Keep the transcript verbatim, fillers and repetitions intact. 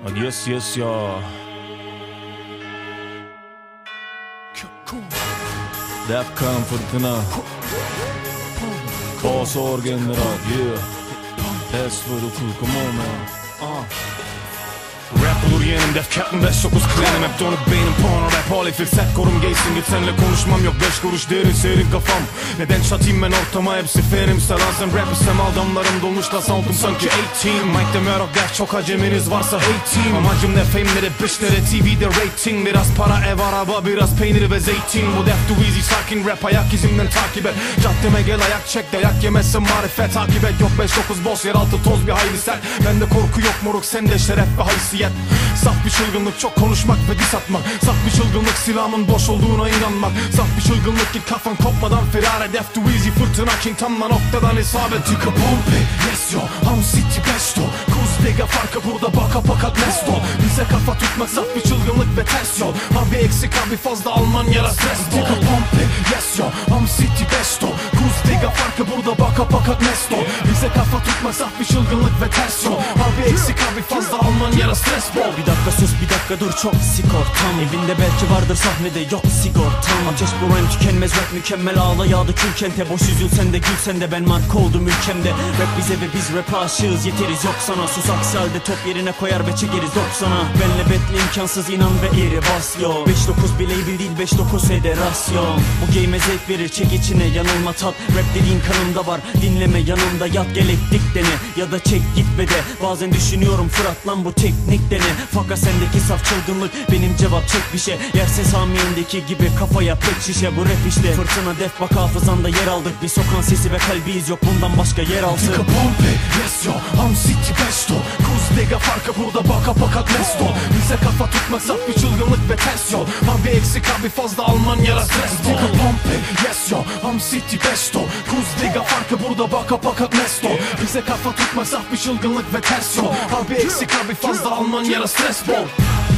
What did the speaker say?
Yes yes ya. Defkan fırtına. Boss organlar yeah. That's for the cool, come on man. Uh. Rap olur yeğenim, def cap'im beş dokuz klanim. Hep donuk beynim, porno rap hali filset. Korum geysin git senle konuşmam yok. Beş kuruş derin serin kafam. Neden çatayım ben ortama, hepsi fenim. Selansen rap istem aldamlarım dolmuş la soundum sanki on. Mike deme rock def, çok aceminiz varsa eighteen. Amacım ne fame ne de bitch ne de T V'de rating. Biraz para ev araba biraz peynir ve zeytin. Bu def too easy sakin rap ayak izimden takip et. Caddeme gel ayak çek dayak yemezsen marifet. Takip et yok beş dokuz boss yeraltı toz bir hayli sert. Bende korku yok moruk sende şeref ve haysiyet. Saf bir çılgınlık çok konuşmak ve diss atmak. Saf bir çılgınlık silahımın boş olduğuna inanmak. Saf bir çılgınlık git kafan kopmadan firar et. Def too easy fırtına king tam da noktadan isabet. Tıka pompe yes yo Ham City Besto. Kuz dega farkı burada baka baka mesto. Bize kafa tutmak saf bir çılgınlık ve ters yol. Abi eksik abi fazla Almanya'da stres. Tıka pompe yes yo Ham City Besto. Kuz dega farkı burada baka baka mesto. Bize kafa tutmak saf bir çılgınlık ve ters yol. Abi eksik abi fazla Almanya'da stres bol. Bir dakika sus bir dakika dur çok sigortam. Evinde belki vardır sahnede yok sigortam. Ateş bu rhyme tükenmez rap mükemmel. Ağla yağdı kül kente. Boş üzülsen de gülsen de ben marka oldum ülkemde. Rap bize ve biz rap'e aşığız yeteriz yok sana. Sus aksi halde top yerine koyar ve çekeriz doksana. Benle betli imkansız inan ve iri bas yo. Beş dokuz bir label değil beş dokuz federasyon. Bu game'e zevk verir çek içine yanılma tat. Rap dediğin kanımda var dinleme yanımda yat. Gel ettik dene ya da çek git be de. Bazen düşünüyorum Fırat lan bu teknik dene. Fakat sendeki saf çılgınlık benim cevap çek bir şey. Yerse Samiye'ndeki gibi kafaya pek şişe. Bu rap işte fırtına def bak hafızanda yer aldık. Bir sokan sesi ve kalbiyiz yok bundan başka yer altı. Tıka pompe yes yo Ham City Besto. Kuz dega farkı burada baka baka mesto. Bize kafa tutmak saf bir çılgınlık ve ters yol. Abi eksik abi fazla Almanya'da stres. Tıka pompe yes yo Ham City Besto. Kuz dega farkı burada baka baka mesto. Bize kafa tutmak saf bir çılgınlık ve ters yol. Abi eksik abi fazla Almanya'da stres bol.